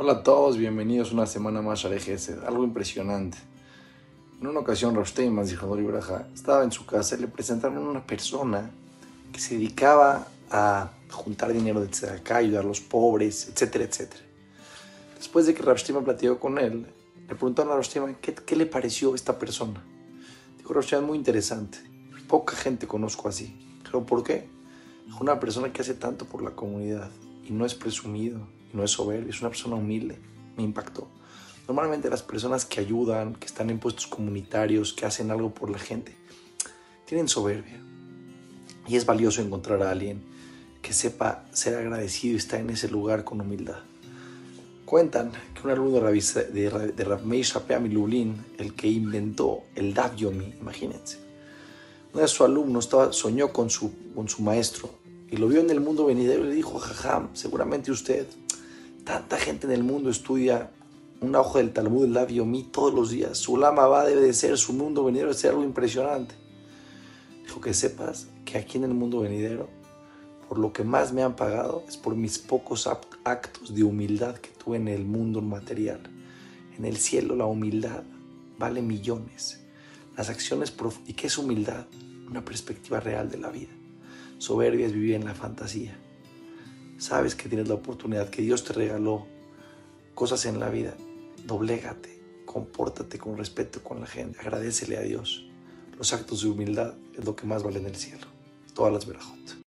Hola a todos, bienvenidos una semana más a Gesed. Algo impresionante. En una ocasión, Rav Steinman, dijo Dori Braja, estaba en su casa y le presentaron a una persona que se dedicaba a juntar dinero de tzedakah, ayudar a los pobres, etcétera, etcétera. Después de que Rav Steinman platicó con él, le preguntaron a Rav Steinman qué le pareció esta persona. Dijo Rav Steinman, muy interesante. Poca gente conozco así. Pero ¿por qué? Es una persona que hace tanto por la comunidad y no es presumido, y no es soberbio, es una persona humilde. Me impactó. Normalmente las personas que ayudan, que están en puestos comunitarios, que hacen algo por la gente, tienen soberbia. Y es valioso encontrar a alguien que sepa ser agradecido y estar en ese lugar con humildad. Cuentan que un alumno de Rav Meir Shapea Milulin, el que inventó el Daf Yomi, imagínense, uno de sus alumnos soñó con su maestro y lo vio en el mundo venidero y le dijo: Jajam, seguramente usted, tanta gente en el mundo estudia una hoja del Talmud, el Daf Yomi, todos los días. Su lama va, debe de ser, su mundo venidero debe ser algo impresionante. Dijo: que sepas que aquí en el mundo venidero, por lo que más me han pagado es por mis pocos actos de humildad que tuve en el mundo material. En el cielo la humildad vale millones. Las acciones ¿y qué es humildad? Una perspectiva real de la vida. Soberbia es vivir en la fantasía. Sabes que tienes la oportunidad, que Dios te regaló cosas en la vida. Doblégate, compórtate con respeto con la gente, agradécele a Dios. Los actos de humildad es lo que más vale en el cielo. Todas las verajot.